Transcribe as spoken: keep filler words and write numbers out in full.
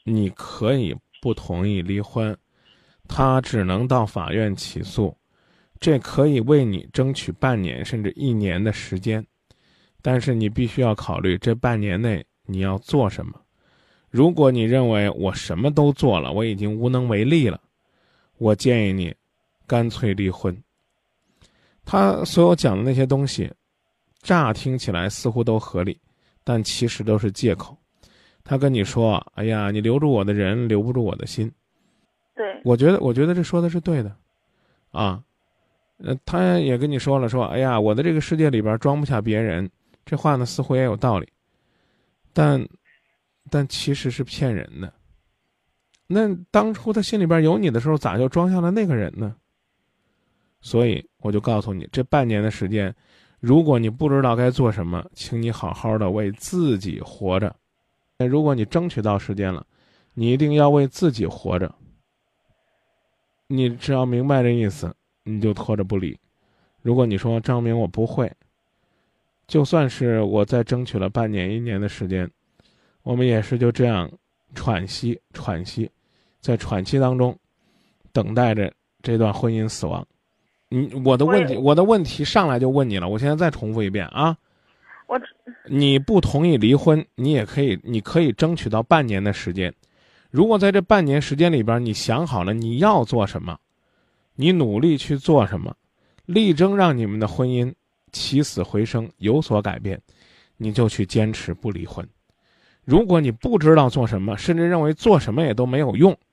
你可以不同意离婚，他只能到法院起诉，这可以为你争取半年甚至一年的时间，但是你必须要考虑这半年内你要做什么。如果你认为我什么都做了，我已经无能为力了，我建议你干脆离婚。他所有讲的那些东西乍听起来似乎都合理，但其实都是借口。他跟你说，哎呀，你留住我的人，留不住我的心。 对， 我觉得我觉得这说的是对的啊。呃，他也跟你说了，说哎呀，我的这个世界里边装不下别人，这话呢似乎也有道理，但但其实是骗人的。那当初他心里边有你的时候，咋就装下了那个人呢？所以我就告诉你，这半年的时间，如果你不知道该做什么，请你好好的为自己活着。那如果你争取到时间了，你一定要为自己活着。你只要明白这意思，你就拖着不理。如果你说张明我不会，就算是我再争取了半年一年的时间，我们也是就这样喘息喘息，在喘息当中等待着这段婚姻死亡。你我的问题我的问题上来就问你了，我现在再重复一遍啊。 我你不同意离婚，你也可以你可以争取到半年的时间。如果在这半年时间里边，你想好了你要做什么，你努力去做什么，力争让你们的婚姻起死回生，有所改变，你就去坚持不离婚。如果你不知道做什么，甚至认为做什么也都没有用，